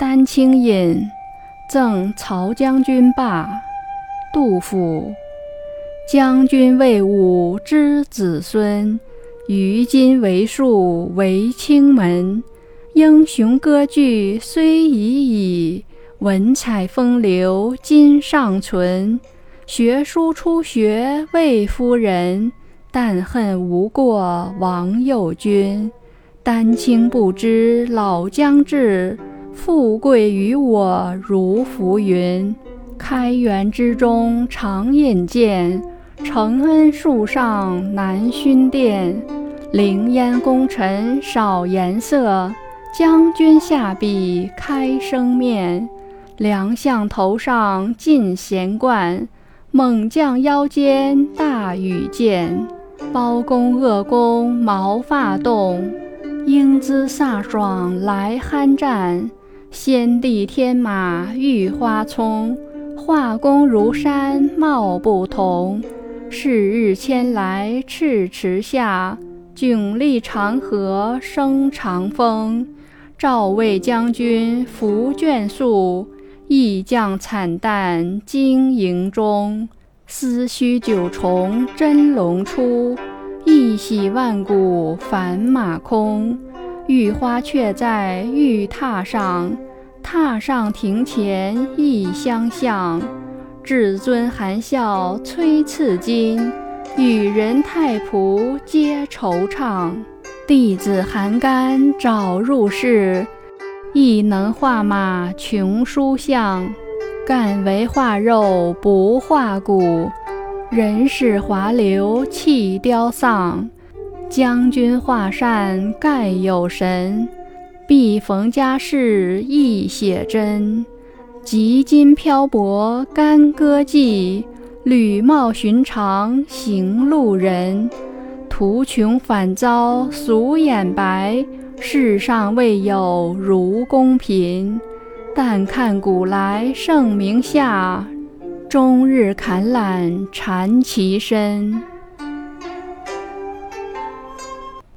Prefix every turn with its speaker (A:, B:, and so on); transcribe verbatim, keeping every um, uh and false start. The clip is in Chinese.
A: 丹青饮，赠曹将军罢。杜甫。将军为吾之子孙，于今为数为清门。英雄割据虽已矣，文采风流今尚存。学书初学魏夫人，但恨无过王右军。丹青不知老将至，富贵于我如浮云。开元之中常印鉴，承恩树上难熏电。凌烟功臣少颜色，将军下笔开生面。良相头上尽衔冠，猛将腰间大羽箭。包公恶公毛发动，英姿飒爽来酣战。先帝天马御花丛，画工如山貌不同。是日迁来赤池下，迥立长河生长风。赵魏将军伏卷宿，义将惨淡经营中。思须九重真龙出，一洗万古凡马空。玉花却在玉榻上，榻上庭前一相向。至尊含笑催赐金，与人太仆皆惆怅。弟子韩干早入仕，亦能画马穷书相。敢为画肉不画骨，人世华流弃凋丧。将军画扇盖有神，必逢佳事亦写真。及今漂泊干戈迹，履貌寻常行路人。途穷反遭俗眼白，世上未有如公贫。但看古来圣名下，终日砍懒缠其身。